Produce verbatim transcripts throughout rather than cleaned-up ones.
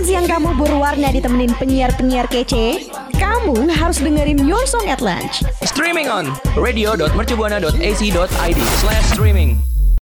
Makan siang kamu berwarna ditemenin penyiar-penyiar kece? Kamu harus dengerin Your Song at Lunch. Streaming on radio dot mercubuana dot a c dot i d slash streaming.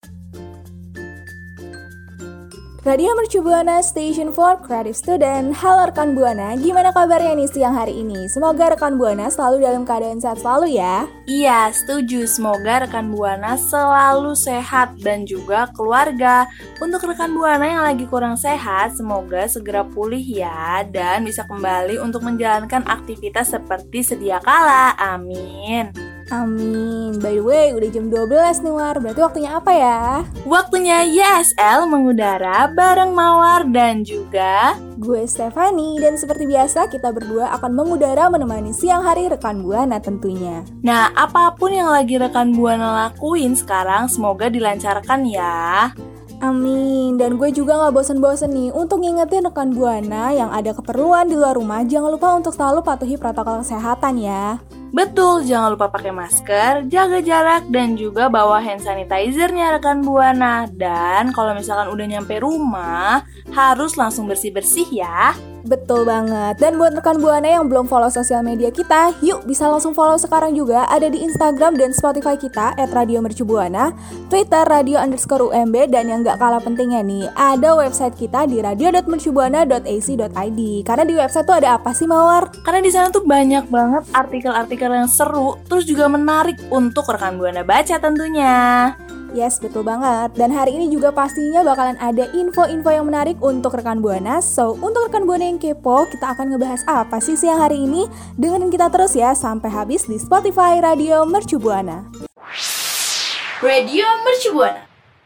Radio Mercu Buana Station for Creative Student. Halo rekan Buana, gimana kabarnya nih siang hari ini? Semoga rekan Buana selalu dalam keadaan sehat selalu ya. Iya, setuju. Semoga rekan Buana selalu sehat dan juga keluarga. Untuk rekan Buana yang lagi kurang sehat, semoga segera pulih ya dan bisa kembali untuk menjalankan aktivitas seperti sedia kala. Amin. Amin. By the way, udah jam dua belas nih War. Berarti waktunya apa ya? Waktunya Y S L mengudara bareng Mawar dan juga gue Stefani. Dan seperti biasa kita berdua akan mengudara menemani siang hari rekan Buana tentunya. Nah, apapun yang lagi rekan Buana lakuin sekarang semoga dilancarkan ya. Amin. Dan gue juga gak bosen-bosen nih untuk ngingetin rekan Buana yang ada keperluan di luar rumah, jangan lupa untuk selalu patuhi protokol kesehatan ya. Betul, jangan lupa pakai masker, jaga jarak, dan juga bawa hand sanitizer-nya rekan Buana. Dan kalau misalkan udah nyampe rumah, harus langsung bersih-bersih ya. Betul banget. Dan buat rekan Buana yang belum follow sosial media kita, yuk bisa langsung follow sekarang juga. Ada di Instagram dan Spotify kita at Radio Mercu Buana, Twitter radio underscore U M B, dan yang gak kalah pentingnya nih, ada website kita di radio dot mercubuana dot a c dot i d. Karena di website tuh ada apa sih Mawar? Karena di sana tuh banyak banget artikel-artikel yang seru, terus juga menarik untuk rekan Buana baca tentunya. Yes, betul banget. Dan hari ini juga pastinya bakalan ada info-info yang menarik untuk rekan Buana. So, untuk rekan Buana yang kepo, kita akan ngebahas apa sih siang hari ini? Dengerin kita terus ya sampai habis di Spotify Radio Mercu Buana. Radio Mercu Buana.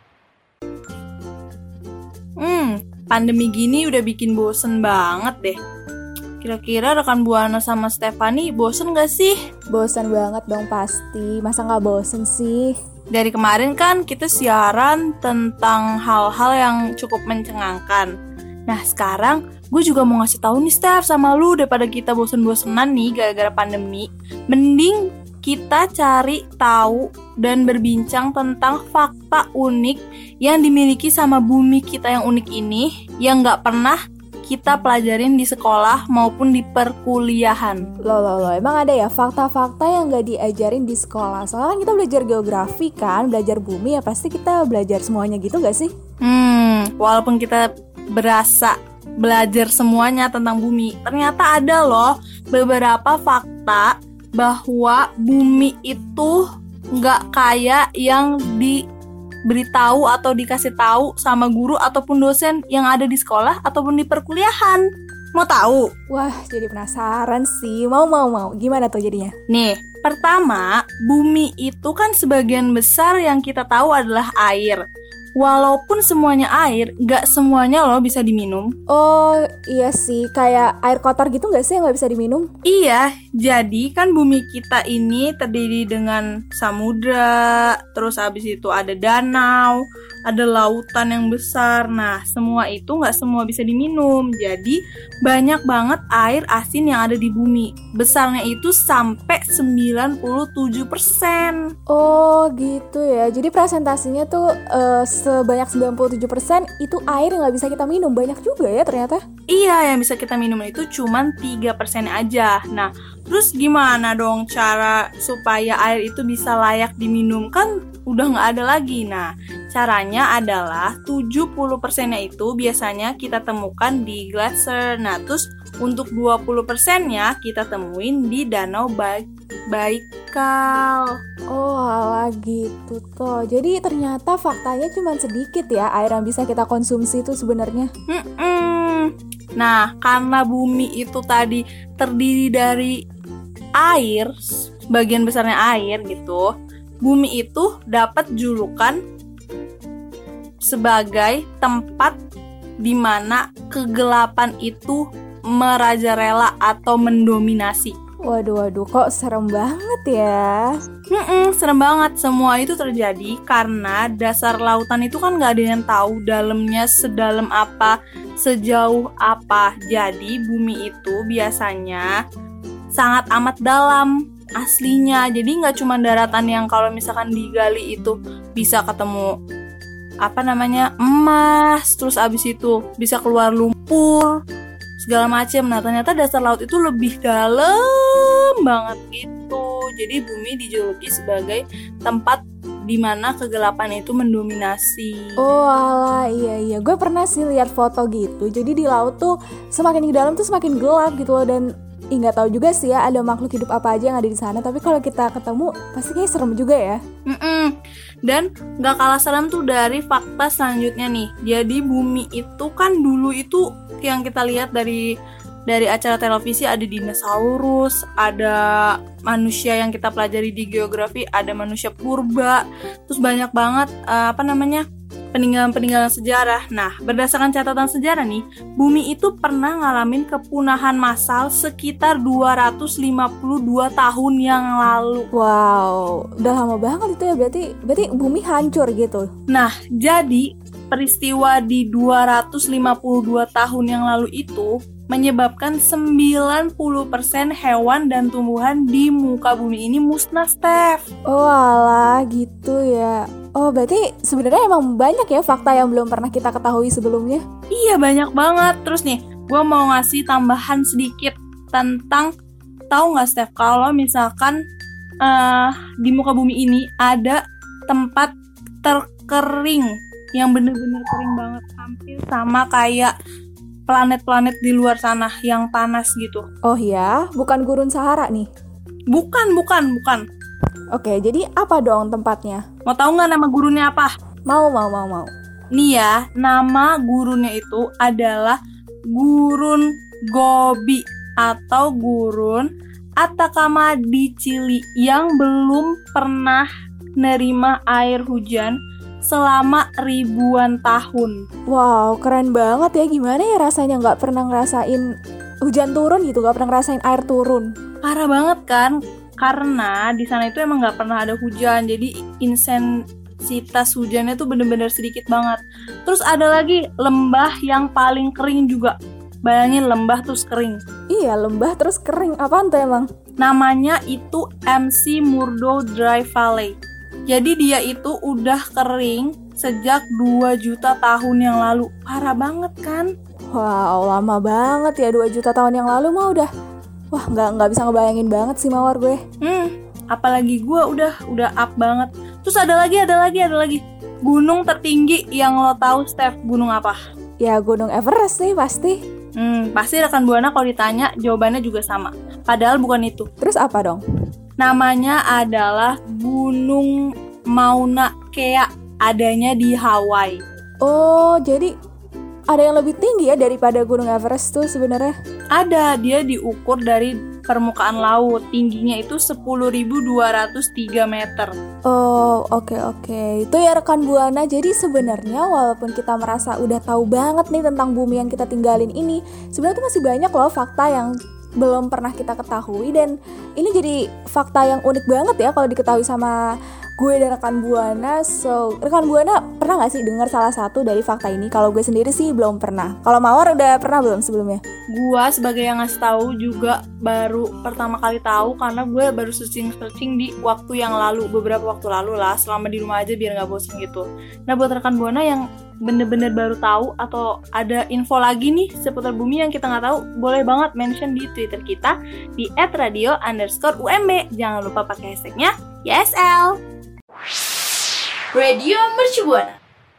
Hmm, pandemi gini udah bikin bosen banget deh. Kira-kira rekan Buana sama Stefani bosen gak sih? Bosen banget dong pasti. Masa gak bosen sih? Dari kemarin kan kita siaran tentang hal-hal yang cukup mencengangkan. Nah sekarang gue juga mau ngasih tahu nih Steph sama lu, daripada kita bosen-bosenan nih gara-gara pandemi, mending kita cari tahu dan berbincang tentang fakta unik yang dimiliki sama bumi kita yang unik ini, yang gak pernah kita pelajarin di sekolah maupun di perkuliahan. Loh, loh, loh, emang ada ya fakta-fakta yang gak diajarin di sekolah? Soalnya kita belajar geografi kan, belajar bumi ya pasti kita belajar semuanya gitu gak sih? Hmm, walaupun kita berasa belajar semuanya tentang bumi, ternyata ada loh beberapa fakta bahwa bumi itu gak kayak yang di beritahu atau dikasih tahu sama guru ataupun dosen yang ada di sekolah ataupun di perkuliahan. Mau tahu? Wah, jadi penasaran sih. Mau, mau, mau. Gimana tuh jadinya? Nih, pertama, bumi itu kan sebagian besar yang kita tahu adalah air. Walaupun semuanya air, gak semuanya loh bisa diminum. Oh iya sih, kayak air kotor gitu gak sih yang gak bisa diminum? Iya, jadi kan bumi kita ini terdiri dengan samudra, terus abis itu ada danau, ada lautan yang besar. Nah, semua itu gak semua bisa diminum. Jadi banyak banget air asin yang ada di bumi. Besarnya itu sampai sembilan puluh tujuh persen. Oh gitu ya, jadi presentasinya tuh uh, sebanyak sembilan puluh tujuh persen itu air yang gak bisa kita minum. Banyak juga ya ternyata. Iya, yang bisa kita minum itu cuma tiga persen aja. Nah, terus gimana dong cara supaya air itu bisa layak diminum? Kan udah gak ada lagi. Nah, caranya adalah tujuh puluh persennya itu biasanya kita temukan di glacier. Nah, terus untuk dua puluh persennya kita temuin di danau ba- Baikal. Oh alah gitu toh. Jadi ternyata faktanya cuma sedikit ya air yang bisa kita konsumsi itu sebenarnya. Mm-mm. Nah, karena bumi itu tadi terdiri dari air, bagian besarnya air gitu, bumi itu dapat julukan sebagai tempat di mana kegelapan itu merajalela atau mendominasi. Waduh, waduh, kok serem banget ya. Mm-mm, serem banget. Semua itu terjadi karena dasar lautan itu kan gak ada yang tahu dalamnya sedalam apa, sejauh apa. Jadi bumi itu biasanya sangat amat dalam aslinya. Jadi gak cuma daratan yang kalau misalkan digali itu bisa ketemu apa namanya emas, terus abis itu bisa keluar lumpur. segala macem. Nah ternyata dasar laut itu lebih dalam banget gitu. Jadi bumi dijuluki sebagai tempat di mana kegelapan itu mendominasi. Oh alah, iya iya, gue pernah sih lihat foto gitu. Jadi di laut tuh semakin di dalam tuh semakin gelap gitu loh. Dan nggak tahu juga sih ya ada makhluk hidup apa aja yang ada di sana. Tapi kalau kita ketemu pasti kayak serem juga ya. Mm-mm. Dan nggak kalah serem tuh dari fakta selanjutnya nih. Jadi bumi itu kan dulu itu yang kita lihat dari dari acara televisi ada dinosaurus, ada manusia yang kita pelajari di geografi, ada manusia purba, terus banyak banget uh, apa namanya peninggalan-peninggalan sejarah. Nah, berdasarkan catatan sejarah nih, bumi itu pernah ngalamin kepunahan massal sekitar dua ratus lima puluh dua tahun yang lalu. Wow, udah lama banget itu ya, berarti berarti bumi hancur gitu. Nah, jadi peristiwa di dua ratus lima puluh dua tahun yang lalu itu menyebabkan sembilan puluh persen hewan dan tumbuhan di muka bumi ini musnah, Steph. Oh alah, gitu ya. Oh, berarti sebenarnya emang banyak ya fakta yang belum pernah kita ketahui sebelumnya. Iya, banyak banget. Terus nih, gue mau ngasih tambahan sedikit tentang, tahu nggak, Steph, kalau misalkan uh, di muka bumi ini ada tempat terkering yang bener-bener kering banget, hampir sama kayak planet-planet di luar sana yang panas gitu. Oh ya, bukan gurun Sahara nih? Bukan, bukan, bukan. Oke, jadi apa dong tempatnya? Mau tahu nggak nama gurunnya apa? Mau, mau, mau, mau. Nih ya, nama gurunnya itu adalah Gurun Gobi atau Gurun Atacama di Chili yang belum pernah nerima air hujan selama ribuan tahun. Wow, keren banget ya. Gimana ya rasanya nggak pernah ngerasain hujan turun gitu, nggak pernah ngerasain air turun. Parah banget kan? Karena di sana itu emang nggak pernah ada hujan, jadi intensitas hujannya tuh bener-bener sedikit banget. Terus ada lagi lembah yang paling kering juga. Bayangin lembah terus kering. Iya, lembah terus kering. Apaan tuh emang? Namanya itu M C Murdo Dry Valley. Jadi dia itu udah kering sejak dua juta tahun yang lalu. Parah banget kan? Wow, lama banget ya, dua juta tahun yang lalu mah udah. Wah, nggak nggak bisa ngebayangin banget sih Mawar gue. Hmm, apalagi gue udah udah up banget. Terus ada lagi, ada lagi, ada lagi. Gunung tertinggi yang lo tahu, Steph, gunung apa? Ya Gunung Everest sih pasti. Hmm, pasti rekan Buana kalau ditanya jawabannya juga sama. Padahal bukan itu. Terus apa dong? Namanya adalah Gunung Mauna Kea, adanya di Hawaii. Oh, jadi ada yang lebih tinggi ya daripada Gunung Everest tuh sebenarnya? Ada, dia diukur dari permukaan laut. Tingginya itu sepuluh ribu dua ratus tiga meter. Oh, oke okay, oke. Okay. Itu ya rekan Buana. Jadi sebenarnya walaupun kita merasa udah tahu banget nih tentang bumi yang kita tinggalin ini, sebenarnya tuh masih banyak loh fakta yang belum pernah kita ketahui. Dan ini jadi fakta yang unik banget ya kalau diketahui sama gue dan rekan Buana. So, rekan Buana pernah gak sih dengar salah satu dari fakta ini? Kalau gue sendiri sih belum pernah. Kalau Mawar udah pernah belum sebelumnya? Gue sebagai yang ngasih tahu juga baru pertama kali tahu, karena gue baru searching-searching di waktu yang lalu, beberapa waktu lalu lah, selama di rumah aja biar gak bosen gitu. Nah, buat rekan Buana yang bener-bener baru tahu atau ada info lagi nih seputar bumi yang kita nggak tahu, boleh banget mention di Twitter kita di et radio underscore U M B. Jangan lupa pakai hashtagnya Y S L. Radio Mercu Buana.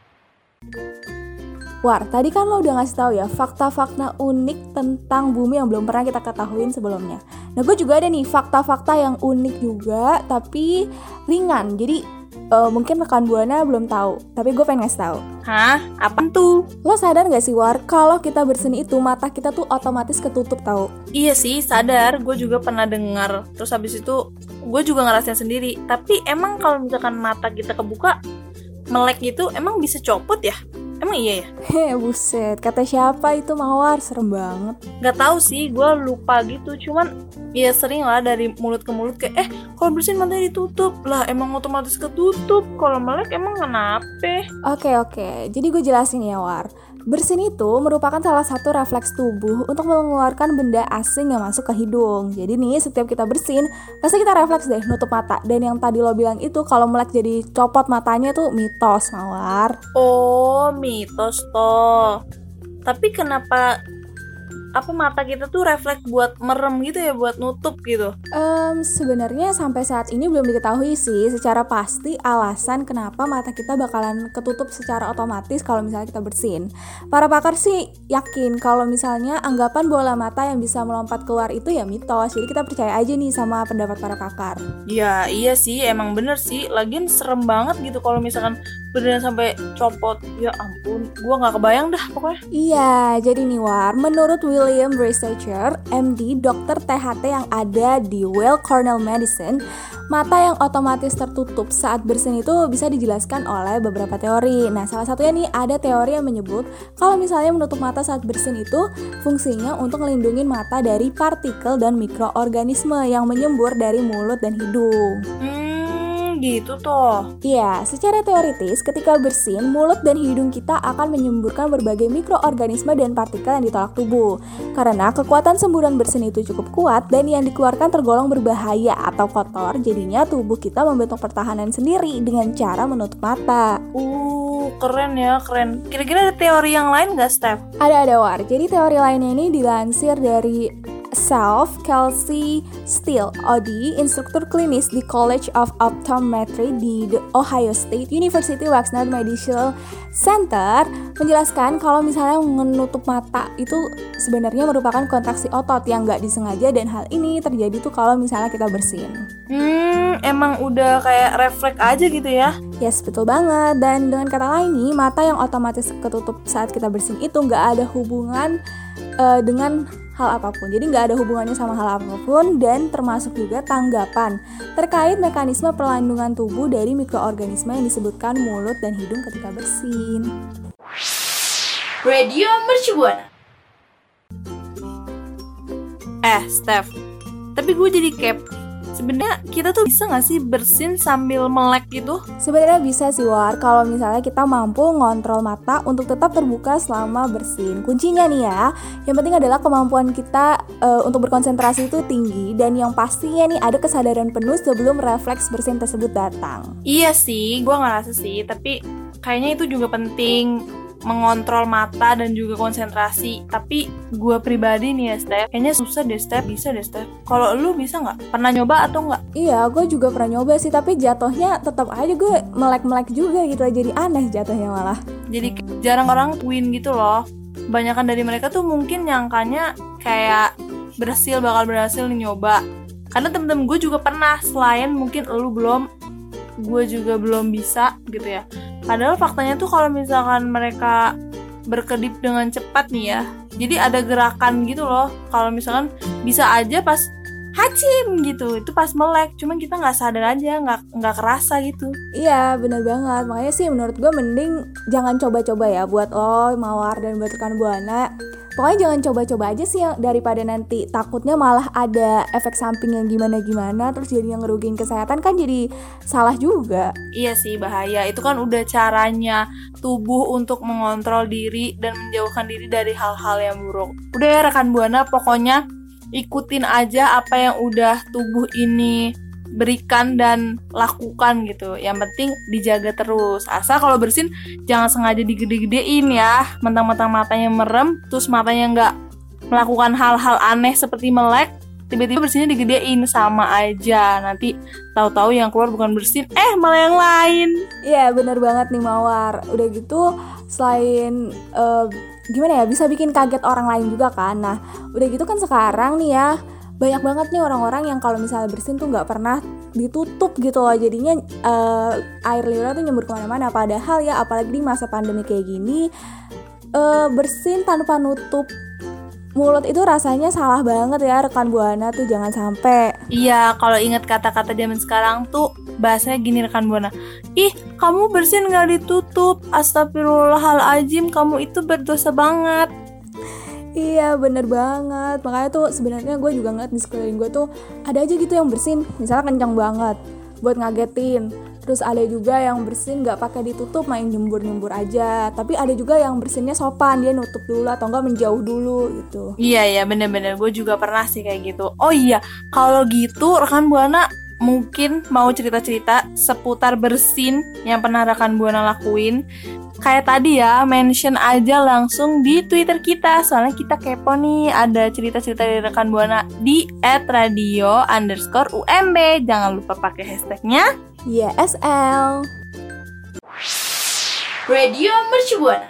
War, tadi kan lo udah ngasih tahu ya fakta-fakta unik tentang bumi yang belum pernah kita ketahuin sebelumnya. Nah, gue juga ada nih fakta-fakta yang unik juga, tapi ringan. Jadi uh, mungkin rekan Buana belum tahu, tapi gue pengen ngasih tahu. Hah? Apaan tuh? Lo sadar gak sih, War, kalau kita berseni itu mata kita tuh otomatis ketutup tahu? Iya sih, sadar. Gue juga pernah dengar. Terus habis itu gue juga ngerasain sendiri. Tapi emang kalau misalkan mata kita kebuka, melek gitu, emang bisa copot ya? Emang iya ya? Heh, buset. Kata siapa itu, Mawar? Serem banget. Gak tahu sih, gue lupa gitu. Cuman ya sering lah dari mulut ke mulut kayak, eh kalau bersin matanya ditutup. Lah emang otomatis ketutup. Kalau melek emang kenapa? Oke oke, jadi gue jelasin ya, War. Bersin itu merupakan salah satu refleks tubuh untuk mengeluarkan benda asing yang masuk ke hidung. Jadi nih, setiap kita bersin, pasti kita refleks deh nutup mata. Dan yang tadi lo bilang itu kalau melek jadi copot matanya tuh mitos, Mawar. Oh, mitos toh. Tapi kenapa apa mata kita tuh refleks buat merem gitu ya, buat nutup gitu? Um, sebenarnya sampai saat ini belum diketahui sih secara pasti alasan kenapa mata kita bakalan ketutup secara otomatis kalau misalnya kita bersin. Para pakar sih yakin kalau misalnya anggapan bola mata yang bisa melompat keluar itu ya mitos. Jadi kita percaya aja nih sama pendapat para pakar. Ya iya sih, emang bener sih. Lagian serem banget gitu kalau misalkan beneran sampai copot. Ya ampun, gua nggak kebayang dah pokoknya. Iya, jadi nih War, menurut William Researcher, M D, dokter T H T yang ada di Weill Cornell Medicine, mata yang otomatis tertutup saat bersin itu bisa dijelaskan oleh beberapa teori. Nah, salah satunya nih ada teori yang menyebut kalau misalnya menutup mata saat bersin itu fungsinya untuk melindungi mata dari partikel dan mikroorganisme yang menyembur dari mulut dan hidung. Hmm, gitu toh. Iya, secara teoritis ketika bersin, mulut dan hidung kita akan menyemburkan berbagai mikroorganisme dan partikel yang ditolak tubuh. Karena kekuatan semburan bersin itu cukup kuat dan yang dikeluarkan tergolong berbahaya atau kotor, jadinya tubuh kita membentuk pertahanan sendiri dengan cara menutup mata. Uh, keren ya, keren. Kira-kira ada teori yang lain nggak, Steph? Ada-ada War, jadi teori lainnya ini dilansir dari Self Kelsey Steele, O D, instruktur klinis di College of Optometry di The Ohio State University Wexner Medical Center, menjelaskan kalau misalnya menutup mata itu sebenarnya merupakan kontraksi otot yang nggak disengaja dan hal ini terjadi tuh kalau misalnya kita bersin. Hmm, emang udah kayak refleks aja gitu ya? Yes, betul banget. Dan dengan kata lain nih, mata yang otomatis ketutup saat kita bersin itu nggak ada hubungan uh, dengan hal apapun. Jadi nggak ada hubungannya sama hal apapun dan termasuk juga tanggapan terkait mekanisme perlindungan tubuh dari mikroorganisme yang disebutkan mulut dan hidung ketika bersin. Radio Mercu Buana. Eh, Steph, tapi gue jadi kepo. Sebenarnya kita tuh bisa nggak sih bersin sambil melek gitu? Sebenarnya bisa sih War, kalau misalnya kita mampu ngontrol mata untuk tetap terbuka selama bersin. Kuncinya nih ya, yang penting adalah kemampuan kita uh, untuk berkonsentrasi itu tinggi dan yang pastinya nih ada kesadaran penuh sebelum refleks bersin tersebut datang. Iya sih, gue ngerasa sih, tapi kayaknya itu juga penting, mengontrol mata dan juga konsentrasi. Tapi gue pribadi nih ya Steph, kayaknya susah deh Steph. Bisa deh Steph. Kalau lu bisa gak? Pernah nyoba atau enggak? Iya, gue juga pernah nyoba sih, tapi jatuhnya tetap aja gue melek-melek juga gitu. Jadi aneh jatuhnya malah. Jadi jarang orang win gitu loh. Kebanyakan dari mereka tuh mungkin nyangkanya kayak berhasil, bakal berhasil nih nyoba. Karena temen-temen gue juga pernah, selain mungkin lu belum, gue juga belum bisa gitu ya. Padahal faktanya tuh kalau misalkan mereka berkedip dengan cepat nih ya, jadi ada gerakan gitu loh. Kalau misalkan bisa aja pas hacim gitu, itu pas melek, cuman kita nggak sadar aja, nggak nggak kerasa gitu. Iya, benar banget. Makanya sih menurut gue mending jangan coba-coba ya buat lo, Mawar, dan buat rekan Buana. Pokoknya jangan coba-coba aja sih yang daripada nanti takutnya malah ada efek samping yang gimana-gimana terus jadi yang ngerugiin kesehatan, kan jadi salah juga. Iya sih, bahaya. Itu kan udah caranya tubuh untuk mengontrol diri dan menjauhkan diri dari hal-hal yang buruk. Udah ya rekan Buana, pokoknya ikutin aja apa yang udah tubuh ini berikan dan lakukan gitu. Yang penting dijaga terus. Asal kalau bersin jangan sengaja digede-gedein ya. Mentang-mentang matanya merem, terus matanya nggak melakukan hal-hal aneh seperti melek, tiba-tiba bersinnya digedein, sama aja. Nanti tahu-tahu yang keluar bukan bersin, eh malah yang lain. Iya, benar banget nih Mawar. Udah gitu selain uh, gimana ya, bisa bikin kaget orang lain juga kan. Nah, udah gitu kan sekarang nih ya, banyak banget nih orang-orang yang kalau misalnya bersin tuh nggak pernah ditutup gitu loh. Jadinya uh, air liurnya tuh nyembur kemana-mana. Padahal ya apalagi di masa pandemi kayak gini, uh, bersin tanpa nutup mulut itu rasanya salah banget ya rekan Buana tuh, jangan sampai. Iya, kalau ingat kata-kata zaman sekarang tuh bahasanya gini rekan Buana. Ih, kamu bersin nggak ditutup, astagfirullahaladzim, kamu itu berdosa banget. Iya, bener banget. Makanya tuh sebenarnya gue juga ngeliat di sekeliling gue tuh ada aja gitu yang bersin misalnya kencang banget buat ngagetin. Terus ada juga yang bersin nggak pakai ditutup, main nyembur-nyembur aja. Tapi ada juga yang bersinnya sopan, dia nutup dulu atau enggak menjauh dulu gitu. Iya ya, bener-bener gue juga pernah sih kayak gitu. Oh iya, kalau gitu rekan Buana mungkin mau cerita-cerita seputar bersin yang pernah rekan Buana lakuin. kayak tadi ya, mention aja langsung di Twitter kita. Soalnya kita kepo nih, ada cerita-cerita dari rekan Buana di et radio underscore U M B. Jangan lupa pakai hashtagnya Y S L. Radio Mercu Buana.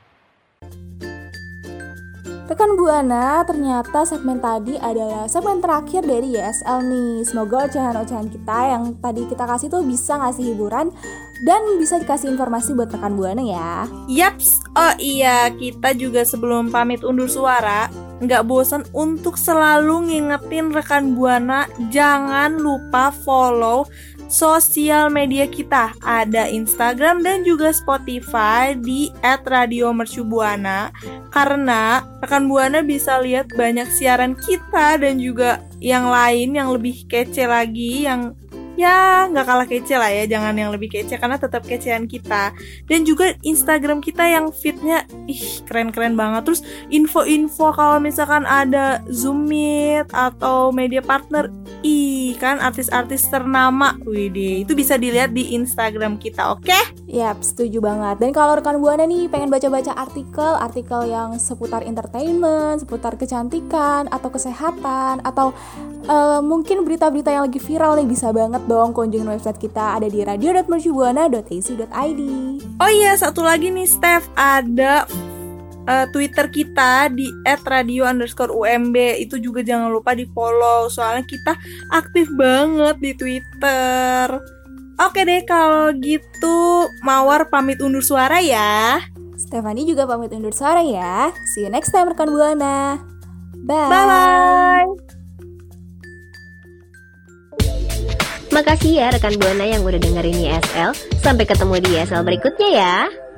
Rekan Buana, ternyata segmen tadi adalah segmen terakhir dari Y S L nih. Semoga ocehan-ocehan kita yang tadi kita kasih tuh bisa ngasih hiburan dan bisa dikasih informasi buat rekan Buana ya. Yaps, oh iya, kita juga sebelum pamit undur suara, nggak bosan untuk selalu ngingetin rekan Buana, jangan lupa follow sosial media kita. Ada Instagram dan juga Spotify di et radio mercu buana. Karena rekan Buana bisa lihat banyak siaran kita dan juga yang lain yang lebih kece lagi, yang ya nggak kalah kece lah ya, jangan yang lebih kece karena tetap kecean kita. Dan juga Instagram kita yang feednya ih keren-keren banget. Terus info-info kalau misalkan ada Zoom Meet atau media partner, ih kan artis-artis ternama, widih, itu bisa dilihat di Instagram kita, oke? Okay? Yap, setuju banget. Dan kalau rekan Buana nih pengen baca-baca artikel, artikel yang seputar entertainment, seputar kecantikan atau kesehatan, atau uh, mungkin berita-berita yang lagi viral nih, bisa banget dong kunjungin website kita, ada di radio dot mercu buana dot a c dot i d. Oh iya, satu lagi nih Steph, ada uh, Twitter kita di et radio underscore U M B. Itu juga jangan lupa di follow, soalnya kita aktif banget di Twitter. Oke deh, kalau gitu Mawar pamit undur suara ya. Stefani juga pamit undur suara ya. See you next time rekan Buana. Bye. Bye. Makasih ya rekan Buana yang udah dengerin Y S L. Sampai ketemu di Y S L berikutnya ya.